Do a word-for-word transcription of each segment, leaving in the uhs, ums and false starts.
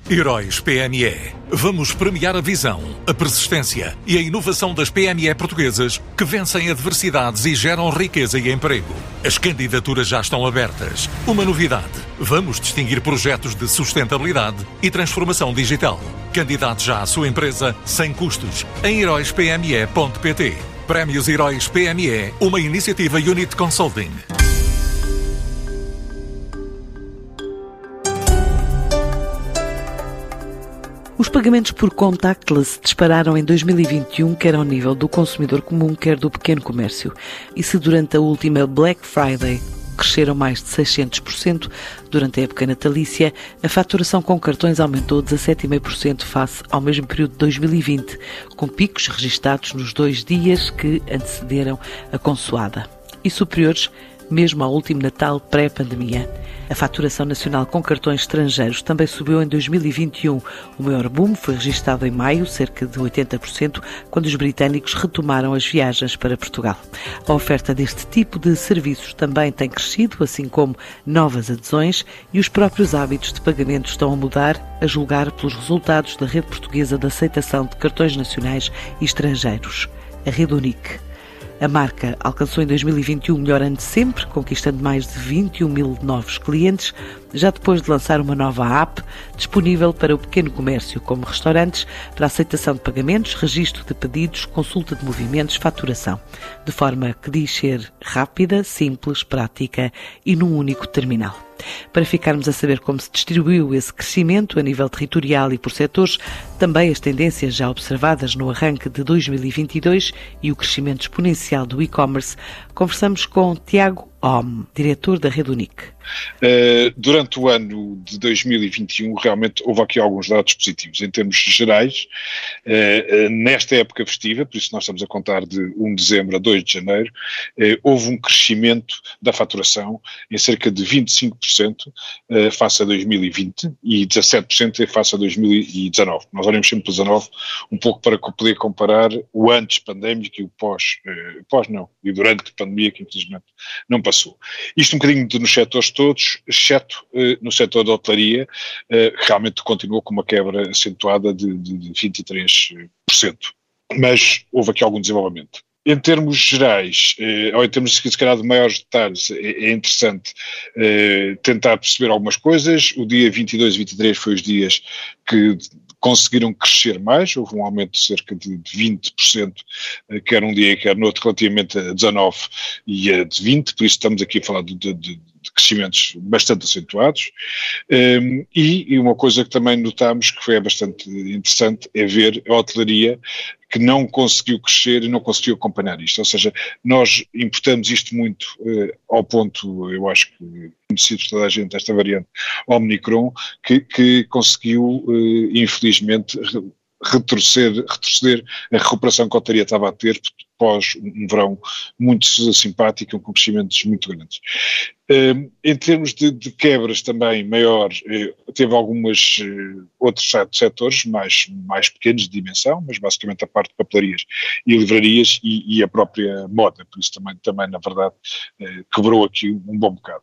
Heróis P M E. Vamos premiar a visão, a persistência e a inovação das P M E portuguesas que vencem adversidades e geram riqueza e emprego. As candidaturas já estão abertas. Uma novidade: vamos distinguir projetos de sustentabilidade e transformação digital. Candidate já à sua empresa sem custos em heróis p m e ponto p t. Prémios Heróis P M E, uma iniciativa Unit Consulting. Os pagamentos por contactless dispararam em dois mil e vinte e um, quer ao nível do consumidor comum, quer do pequeno comércio. E se durante a última Black Friday cresceram mais de seiscentos por cento, durante a época natalícia, a faturação com cartões aumentou dezassete vírgula cinco por cento face ao mesmo período de dois mil e vinte, com picos registados nos dois dias que antecederam a consoada, e superiores mesmo ao último Natal pré-pandemia. A faturação nacional com cartões estrangeiros também subiu em dois mil e vinte e um. O maior boom foi registado em maio, cerca de oitenta por cento, quando os britânicos retomaram as viagens para Portugal. A oferta deste tipo de serviços também tem crescido, assim como novas adesões, e os próprios hábitos de pagamento estão a mudar, a julgar pelos resultados da rede portuguesa de aceitação de cartões nacionais e estrangeiros, a Rede Unique. A marca alcançou em dois mil e vinte e um o melhor ano de sempre, conquistando mais de vinte e um mil novos clientes, já depois de lançar uma nova app disponível para o pequeno comércio, como restaurantes, para aceitação de pagamentos, registro de pedidos, consulta de movimentos, faturação, de forma que diz ser rápida, simples, prática e num único terminal. Para ficarmos a saber como se distribuiu esse crescimento a nível territorial e por setores, também as tendências já observadas no arranque de dois mil e vinte e dois e o crescimento exponencial do e-commerce, conversamos com Tiago Homme, diretor da Rede Unique. Uh, durante o ano de dois mil e vinte e um, realmente houve aqui alguns dados positivos. Em termos gerais, uh, uh, nesta época festiva, por isso nós estamos a contar de um de dezembro a dois de janeiro, uh, houve um crescimento da faturação em cerca de vinte e cinco por cento uh, face a dois mil e vinte e dezassete por cento face a dois mil e dezanove. Nós olhamos sempre para dezanove um pouco para poder comparar o antes pandémico e o pós, uh, pós não, e durante a pandemia, que infelizmente não passou. Isto um bocadinho nos setores todos, exceto uh, no setor da hotelaria, uh, realmente continuou com uma quebra acentuada de, de, de vinte e três por cento. Mas houve aqui algum desenvolvimento. Em termos gerais, eh, ou em termos se calhar de maiores detalhes, é, é interessante eh, tentar perceber algumas coisas. O dia vinte e dois e vinte e três foi os dias que conseguiram crescer mais, houve um aumento de cerca de vinte por cento, eh, quer um dia, quer no outro, relativamente a dezanove e a de vinte, por isso estamos aqui a falar de, de, de de crescimentos bastante acentuados. Um, e, e uma coisa que também notamos que foi bastante interessante é ver a hotelaria que não conseguiu crescer e não conseguiu acompanhar isto. Ou seja, nós importamos isto muito uh, ao ponto, eu acho que conhecido por toda a gente, esta variante Omicron, que, que conseguiu, uh, infelizmente, retroceder, retroceder a recuperação que a hotelaria estava a ter pós um verão muito simpático, com crescimentos muito grandes. Um, em termos de, de quebras também maiores, eh, teve algumas eh, outros setores mais, mais pequenos de dimensão, mas basicamente a parte de papelarias e livrarias e, e a própria moda, por isso também, também na verdade, eh, quebrou aqui um bom bocado.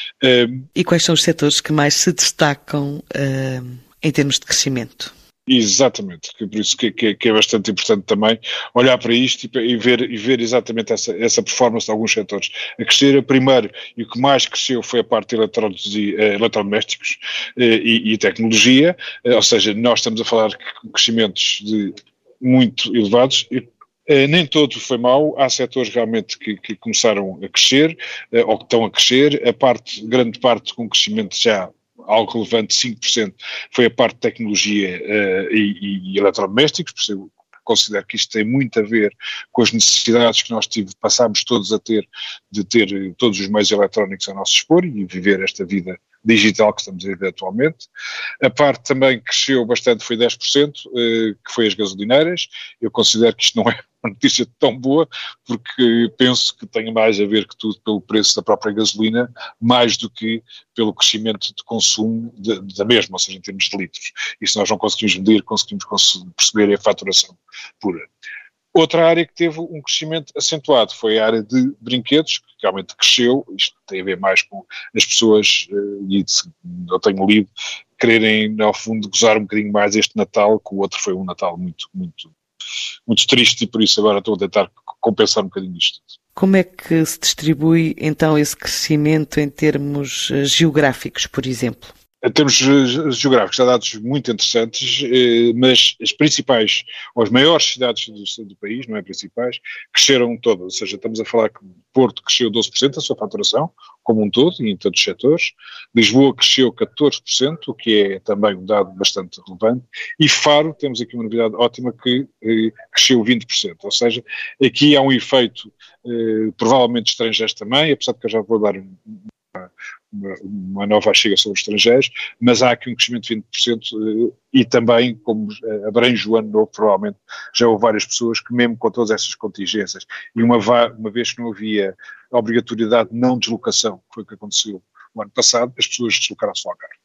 Um, e quais são os setores que mais se destacam uh, em termos de crescimento? Exatamente, por isso que, que, que é bastante importante também olhar para isto e, e, ver, e ver exatamente essa, essa performance de alguns setores a crescer. Primeiro, e o que mais cresceu foi a parte de eletrónicos e, uh, eletrodomésticos uh, e, e tecnologia, uh, ou seja, nós estamos a falar de crescimentos de muito elevados. E, Uh, nem todo foi mau, há setores realmente que, que começaram a crescer, uh, ou que estão a crescer, a parte, grande parte com crescimento já algo relevante, cinco por cento, foi a parte de tecnologia uh, e, e eletrodomésticos, por isso eu considero que isto tem muito a ver com as necessidades que nós tive, passámos todos a ter, de ter todos os meios eletrónicos a nosso dispor e viver esta vida digital que estamos a viver atualmente. A parte também que cresceu bastante foi dez por cento, uh, que foi as gasolineiras. Eu considero que isto não é uma notícia tão boa, porque penso que tem mais a ver que tudo pelo preço da própria gasolina, mais do que pelo crescimento de consumo de, de, da mesma, ou seja, em termos de litros. E se nós não conseguimos medir, conseguimos perceber a faturação pura. Outra área que teve um crescimento acentuado foi a área de brinquedos, que realmente cresceu. Isto tem a ver mais com as pessoas, e eu tenho lido, quererem, ao fundo, gozar um bocadinho mais este Natal, que o outro foi um Natal muito, muito, muito triste, e por isso agora estou a tentar compensar um bocadinho isto. Como é que se distribui então esse crescimento em termos geográficos, por exemplo? Em termos geográficos, há dados muito interessantes, mas as principais, ou as maiores cidades do, do país, não é principais, cresceram todas. Ou seja, estamos a falar que Porto cresceu doze por cento a sua faturação, como um todo, e em todos os setores. Lisboa cresceu catorze por cento, o que é também um dado bastante relevante. E Faro, temos aqui uma novidade ótima, que eh, cresceu vinte por cento. Ou seja, aqui há um efeito, eh, provavelmente estrangeiros também, apesar de que eu já vou dar um Uma, uma nova chega sobre os estrangeiros, mas há aqui um crescimento de vinte por cento e também, como abrange o ano novo, provavelmente já houve várias pessoas que, mesmo com todas essas contingências, e uma, uma vez que não havia obrigatoriedade de não deslocação, que foi o que aconteceu no ano passado, as pessoas deslocaram-se ao Algarve.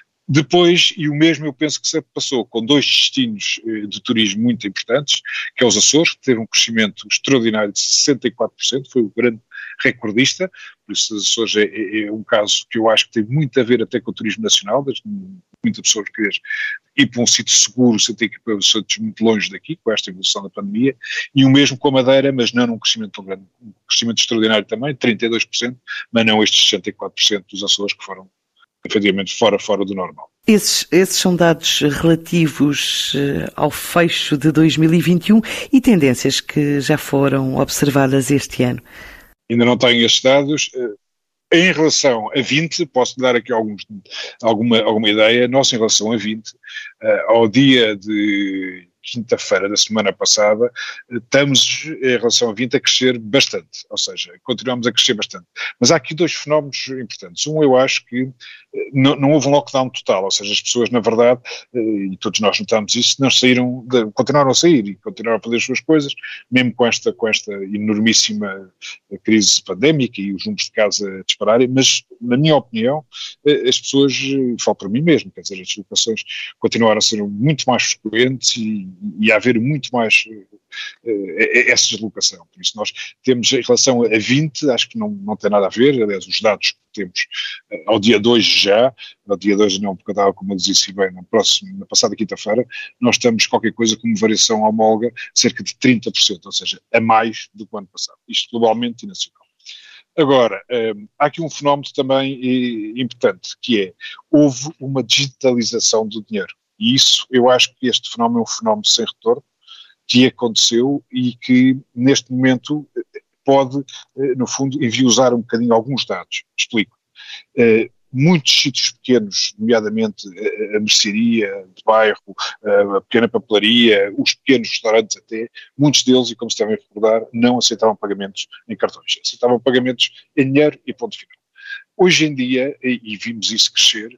Depois, e o mesmo eu penso que se passou com dois destinos de turismo muito importantes, que é os Açores, que teve um crescimento extraordinário de sessenta e quatro por cento, foi o grande recordista, por isso os Açores é, é, é um caso que eu acho que tem muito a ver até com o turismo nacional, muitas pessoas querem ir para um sítio seguro sem ter que ir para sítios muito longe daqui, com esta evolução da pandemia, e o mesmo com a Madeira, mas não num crescimento tão grande, um crescimento extraordinário também, trinta e dois por cento, mas não estes sessenta e quatro por cento dos Açores que foram efetivamente fora, fora do normal. Esses, esses são dados relativos uh, ao fecho de dois mil e vinte e um e tendências que já foram observadas este ano. Ainda não tenho estes dados. Uh, em relação a vinte, posso dar aqui alguns, alguma, alguma ideia. Nós, em relação a vinte, uh, ao dia de quinta-feira da semana passada, estamos, em relação a vinte, a crescer bastante, ou seja, continuamos a crescer bastante. Mas há aqui dois fenómenos importantes. Um, eu acho que não, não houve um lockdown total, ou seja, as pessoas, na verdade, e todos nós notamos isso, não saíram, de, continuaram a sair e continuaram a fazer as suas coisas, mesmo com esta, com esta enormíssima crise pandémica e os números de casos a dispararem, mas, na minha opinião, as pessoas, falo para mim mesmo, quer dizer, as deslocações continuaram a ser muito mais frequentes e e a haver muito mais uh, essa deslocação. Por isso nós temos, em relação a vinte, acho que não, não tem nada a ver, aliás, os dados que temos uh, ao dia dois já, ao dia dois não, porque eu estava, como eu disse bem, no próximo, na passada quinta-feira, nós estamos qualquer coisa como variação homóloga, cerca de trinta por cento, ou seja, a mais do que o ano passado. Isto globalmente e nacional. Agora, um, há aqui um fenómeno também eh, importante, que é, houve uma digitalização do dinheiro. E isso, eu acho que este fenómeno é um fenómeno sem retorno, que aconteceu e que, neste momento, pode, no fundo, enviosar um bocadinho alguns dados. Explico. Uh, muitos sítios pequenos, nomeadamente a mercearia de bairro, a pequena papelaria, os pequenos restaurantes até, muitos deles, e como se devem recordar, não aceitavam pagamentos em cartões. Aceitavam pagamentos em dinheiro e ponto final. Hoje em dia, e, e vimos isso crescer,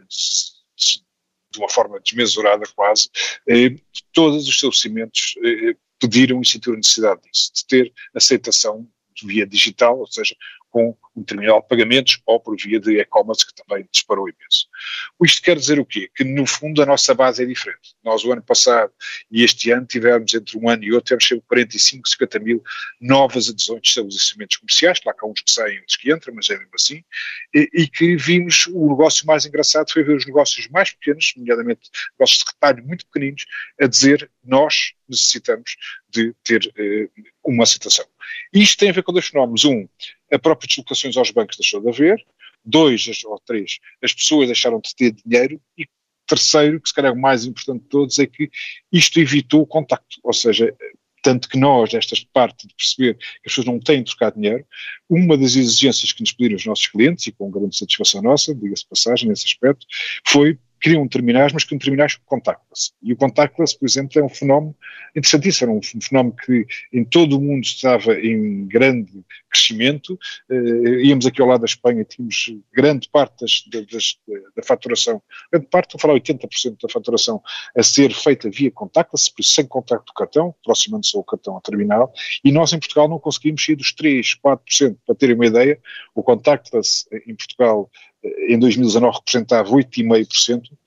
de uma forma desmesurada quase, eh, todos os estabelecimentos eh, pediram e sentiram a necessidade disso, de ter aceitação via digital, ou seja, com um terminal de pagamentos ou por via de e-commerce, que também disparou imenso. Isto quer dizer o quê? Que, no fundo, a nossa base é diferente. Nós, o ano passado e este ano, tivemos entre um ano e outro, tivemos sempre quarenta e cinco, cinquenta mil novas adesões de estabelecimentos comerciais, claro que há uns que saem e outros que entram, mas é mesmo assim, e, e que vimos, o negócio mais engraçado foi ver os negócios mais pequenos, nomeadamente negócios de retalho muito pequeninos, a dizer, nós necessitamos de ter eh, uma aceitação. E isto tem a ver com dois fenómenos. Um, a própria deslocações aos bancos deixou de haver. Dois, ou três, as pessoas deixaram de ter dinheiro. E terceiro, que se calhar é o mais importante de todos, é que isto evitou o contacto. Ou seja, tanto que nós, esta parte de perceber que as pessoas não têm de trocar dinheiro, uma das exigências que nos pediram os nossos clientes, e com grande satisfação nossa, diga-se passagem nesse aspecto, foi criam terminais, mas criam terminais contactless. E o contactless, por exemplo, é um fenómeno interessantíssimo, era um fenómeno que em todo o mundo estava em grande crescimento. Uh, íamos aqui ao lado da Espanha, tínhamos grande parte das, das, da faturação, grande parte, estou a falar oitenta por cento da faturação a ser feita via contactless, por isso sem contacto do cartão, aproximando-se ao cartão ao terminal, e nós em Portugal não conseguimos sair dos três, quatro por cento. Para terem uma ideia, o contactless em Portugal em dois mil e dezanove representava oito vírgula cinco por cento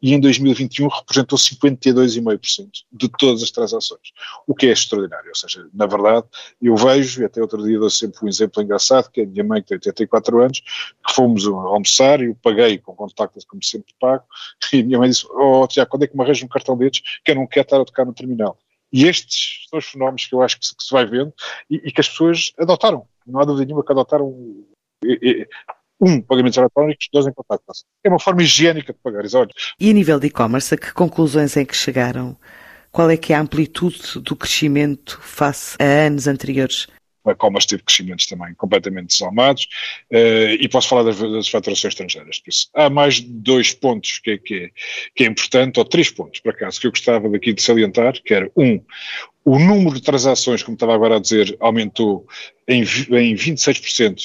e em dois mil e vinte e um representou cinquenta e dois vírgula cinco por cento de todas as transações, o que é extraordinário. Ou seja, na verdade, eu vejo, e até outro dia dou sempre um exemplo engraçado, que é a minha mãe que tem oitenta e quatro anos, que fomos almoçar e eu paguei com contactos como sempre pago, e a minha mãe disse, oh Tiago, quando é que me arranjo um cartão destes que eu não quero estar a tocar no terminal? E estes são os fenómenos que eu acho que se, que se vai vendo e, e que as pessoas adotaram. Não há dúvida nenhuma que adotaram e, e, um, pagamentos eletrónicos, dois em contacto. É uma forma higiênica de pagar. Olha. E a nível de e-commerce, a que conclusões é que chegaram? Qual é que é a amplitude do crescimento face a anos anteriores? O e-commerce teve crescimentos também completamente desalmados, uh, e posso falar das, das faturações estrangeiras. Por isso, há mais dois pontos que é, que, é, que é importante, ou três pontos, por acaso, que eu gostava daqui de salientar, que era, um, o número de transações, como estava agora a dizer, aumentou em, em vinte e seis por cento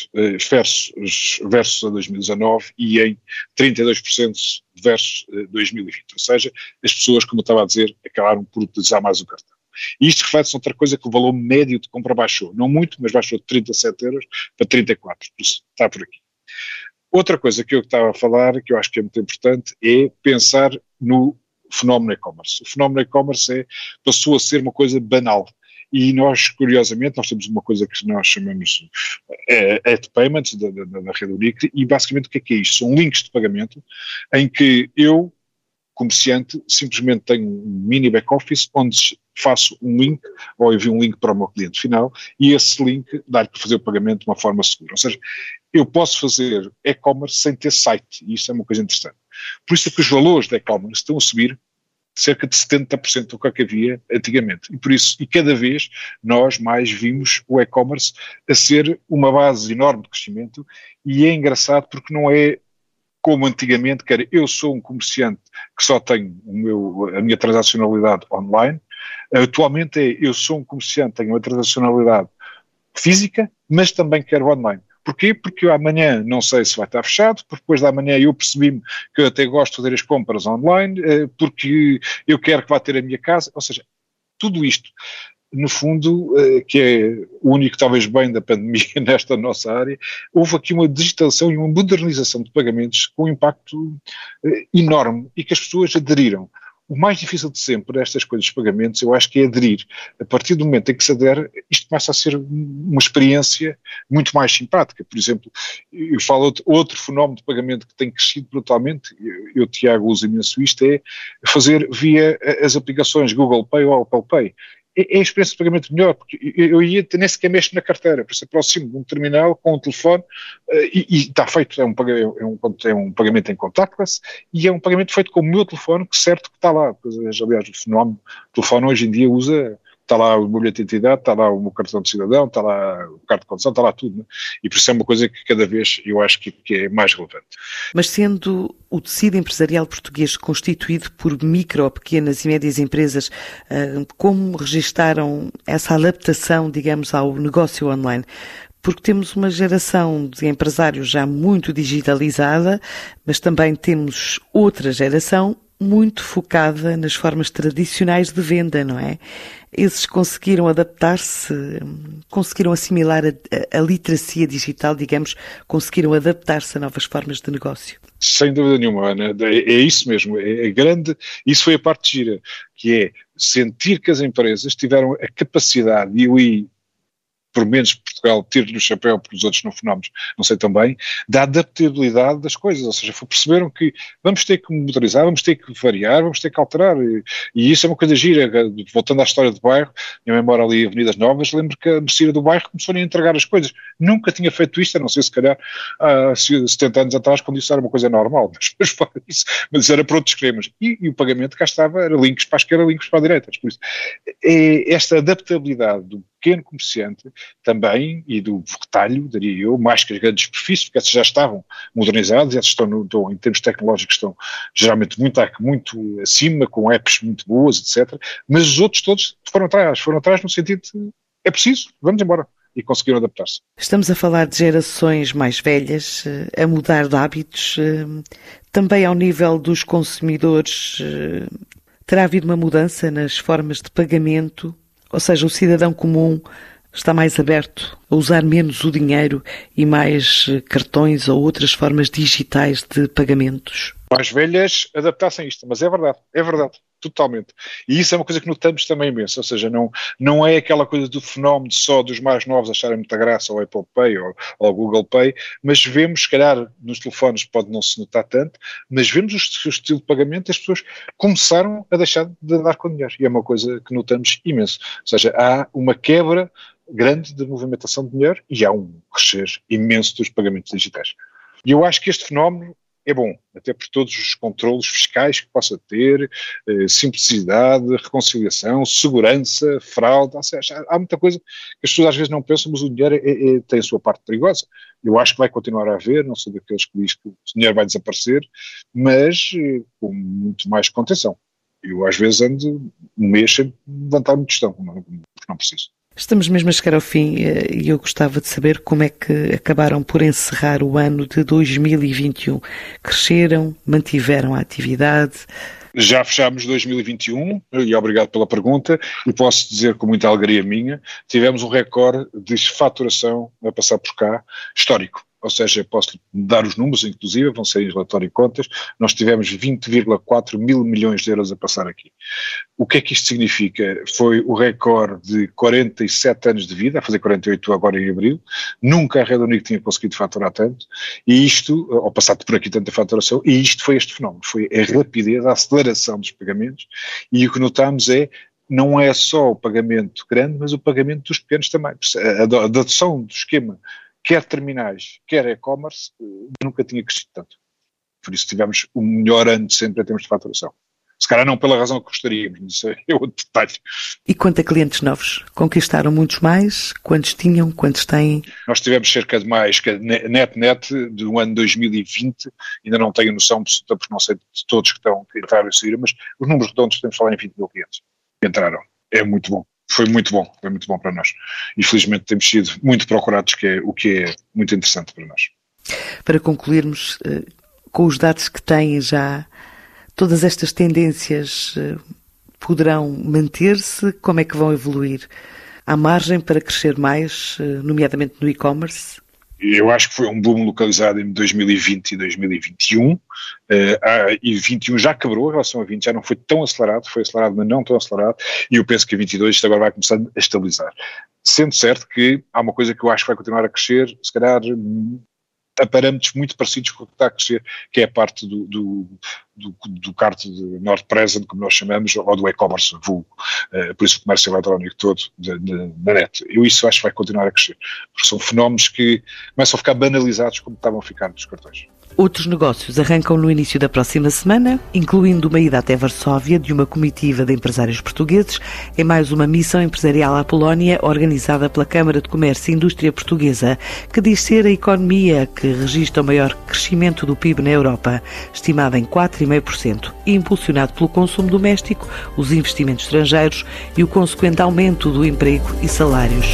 versus, versus a dois mil e dezanove e em trinta e dois por cento versus dois mil e vinte. Ou seja, as pessoas, como eu estava a dizer, acabaram por utilizar mais o cartão. E isto reflete-se outra coisa, que o valor médio de compra baixou. Não muito, mas baixou de trinta e sete euros para trinta e quatro. Por isso, está por aqui. Outra coisa que eu estava a falar, que eu acho que é muito importante, é pensar no fenómeno e-commerce. O fenómeno e-commerce é, passou a ser uma coisa banal. E nós, curiosamente, nós temos uma coisa que nós chamamos é, Ad Payments, da, da, da rede Unicre, e basicamente o que é que é isto? São links de pagamento em que eu, comerciante, simplesmente tenho um mini back-office onde faço um link, ou envio um link para o meu cliente final, e esse link dá-lhe para fazer o pagamento de uma forma segura. Ou seja, eu posso fazer e-commerce sem ter site, e isso é uma coisa interessante. Por isso é que os valores da e-commerce estão a subir cerca de setenta por cento do que havia antigamente. E por isso, e cada vez, nós mais vimos o e-commerce a ser uma base enorme de crescimento, e é engraçado porque não é como antigamente, que era eu sou um comerciante que só tenho o meu, a minha transacionalidade online. Atualmente é eu sou um comerciante, tenho uma transacionalidade física, mas também quero online. Porquê? Porque eu amanhã não sei se vai estar fechado, porque depois da manhã eu percebi-me que eu até gosto de fazer as compras online, porque eu quero que vá ter a minha casa, ou seja, tudo isto, no fundo, que é o único talvez bem da pandemia nesta nossa área, houve aqui uma digitalização e uma modernização de pagamentos com um impacto enorme e que as pessoas aderiram. O mais difícil de sempre destas coisas de pagamentos, eu acho que é aderir. A partir do momento em que se adere, isto começa a ser uma experiência muito mais simpática. Por exemplo, eu falo outro, outro fenómeno de pagamento que tem crescido brutalmente, eu, eu Tiago, uso imenso isto, é fazer via as aplicações Google Pay ou Apple Pay. É a experiência de pagamento melhor, porque eu ia nem sequer mexo na carteira, por isso aproximo de um terminal com um telefone e, e está feito, é um, é, um, é um pagamento em contactless e é um pagamento feito com o meu telefone, que certo que está lá. Aliás, o fenómeno do telefone hoje em dia usa, está lá o meu bilhete de identidade, está lá o meu cartão de cidadão, está lá o cartão de condução, está lá tudo, né? E por isso é uma coisa que cada vez eu acho que, que é mais relevante. Mas sendo o tecido empresarial português constituído por micro, pequenas e médias empresas, como registaram essa adaptação, digamos, ao negócio online? Porque temos uma geração de empresários já muito digitalizada, mas também temos outra geração muito focada nas formas tradicionais de venda, não é? Esses conseguiram adaptar-se, conseguiram assimilar a, a, a literacia digital, digamos, conseguiram adaptar-se a novas formas de negócio. Sem dúvida nenhuma, Ana, é, é isso mesmo, é, é grande, isso foi a parte gira, que é sentir que as empresas tiveram a capacidade, e eu aí, por menos Portugal, tiro-lhe o chapéu porque os outros não fenómenos não sei tão bem, da adaptabilidade das coisas, ou seja, perceberam que vamos ter que modernizar, vamos ter que variar, vamos ter que alterar, e, e isso é uma coisa gira. Voltando à história do bairro, minha mãe mora ali em Avenidas Novas, lembro que a mercearia do bairro começou a entregar as coisas, nunca tinha feito isto, a não sei se calhar há setenta anos atrás, quando isso era uma coisa normal, mas, mas, mas era para outros esquemas, e, e o pagamento cá estava, era links para a esquerda, links para a direita, por isso, é esta adaptabilidade do pequeno comerciante também, e do retalho, diria eu, mais que as grandes superfícies, porque essas já estavam modernizadas, essas estão, no, estão, em termos tecnológicos, estão geralmente muito, muito acima, com apps muito boas, etcétera. Mas os outros todos foram atrás, foram atrás no sentido de, é preciso, vamos embora. E conseguiram adaptar-se. Estamos a falar de gerações mais velhas, a mudar de hábitos, também ao nível dos consumidores. Terá havido uma mudança nas formas de pagamento? Ou seja, o cidadão comum está mais aberto a usar menos o dinheiro e mais cartões ou outras formas digitais de pagamentos? mais velhas adaptassem a isto, mas é verdade, é verdade, totalmente. E isso é uma coisa que notamos também imenso, ou seja, não, não é aquela coisa do fenómeno só dos mais novos acharem muita graça ao Apple Pay ou ao Google Pay, mas vemos, se calhar nos telefones pode não se notar tanto, mas vemos o, o estilo de pagamento, as pessoas começaram a deixar de dar com dinheiro, e é uma coisa que notamos imenso, ou seja, há uma quebra grande de movimentação de dinheiro e há um crescer imenso dos pagamentos digitais. E eu acho que este fenómeno é bom, até por todos os controlos fiscais que possa ter, eh, simplicidade, reconciliação, segurança, fraude, ou seja, há muita coisa que as pessoas às vezes não pensam, mas o dinheiro é, é, tem a sua parte perigosa. Eu acho que vai continuar a haver, não sou daqueles que diz que o dinheiro vai desaparecer, mas eh, com muito mais contenção. Eu às vezes ando um mês sem levantar muito questão, porque não preciso. Estamos mesmo a chegar ao fim e eu gostava de saber como é que acabaram por encerrar o ano de dois mil e vinte e um. Cresceram, mantiveram a atividade? Já fechámos dois mil e vinte e um, e obrigado pela pergunta, e posso dizer com muita alegria minha, tivemos um recorde de faturação a passar por cá, histórico. Ou seja, posso dar os números, inclusive, vão ser em relatório e contas, nós tivemos vinte vírgula quatro mil milhões de euros a passar aqui. O que é que isto significa? Foi o recorde de quarenta e sete anos de vida, a fazer quarenta e oito agora em abril, nunca a Rede Única tinha conseguido faturar tanto, e isto, ou passado por aqui tanta faturação, e isto foi este fenómeno, foi a rapidez, a aceleração dos pagamentos, e o que notamos é, não é só o pagamento grande, mas o pagamento dos pequenos também, a adoção do esquema, quer terminais, quer e-commerce, nunca tinha crescido tanto. Por isso tivemos o melhor ano de sempre em termos de faturação. Se calhar não pela razão que gostaríamos, mas isso é outro detalhe. E quanto a clientes novos? Conquistaram muitos mais? Quantos tinham? Quantos têm? Nós tivemos cerca de mais, que net-net do ano dois mil e vinte, ainda não tenho noção, porque não sei de todos que estão que entraram e saíram, mas os números redondos temos de falar em vinte mil clientes que entraram. É muito bom. Foi muito bom, foi muito bom para nós. E felizmente temos sido muito procurados, que é, o que é muito interessante para nós. Para concluirmos, com os dados que têm já, todas estas tendências poderão manter-se? Como é que vão evoluir? Há margem para crescer mais, nomeadamente no e-commerce? Eu acho que foi um boom localizado em dois mil e vinte e dois mil e vinte e um, uh, e vinte e um já quebrou em relação a vinte, já não foi tão acelerado, foi acelerado mas não tão acelerado, e eu penso que a vinte e dois isto agora vai começar a estabilizar. Sendo certo que há uma coisa que eu acho que vai continuar a crescer, se calhar a parâmetros muito parecidos com o que está a crescer, que é a parte do, do, do, do cart de Not Present, como nós chamamos, ou do e-commerce, vulgo, uh, por isso o comércio eletrónico todo da net. Eu isso acho que vai continuar a crescer, porque são fenómenos que começam a ficar banalizados como estavam a ficar nos cartões. Outros negócios arrancam no início da próxima semana, incluindo uma ida até Varsóvia de uma comitiva de empresários portugueses, em mais uma missão empresarial à Polónia organizada pela Câmara de Comércio e Indústria Portuguesa, que diz ser a economia que registra o maior crescimento do P I B na Europa, estimado em quatro vírgula cinco por cento, e impulsionado pelo consumo doméstico, os investimentos estrangeiros e o consequente aumento do emprego e salários.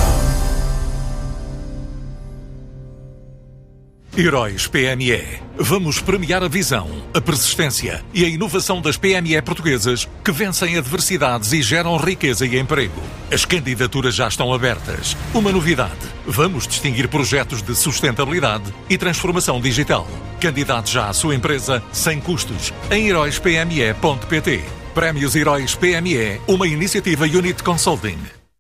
Heróis P M E. Vamos premiar a visão, a persistência e a inovação das P M E portuguesas que vencem adversidades e geram riqueza e emprego. As candidaturas já estão abertas. Uma novidade: vamos distinguir projetos de sustentabilidade e transformação digital. Candidate já à sua empresa sem custos em heróis p m e ponto p t. Prémios Heróis P M E, uma iniciativa Unit Consulting.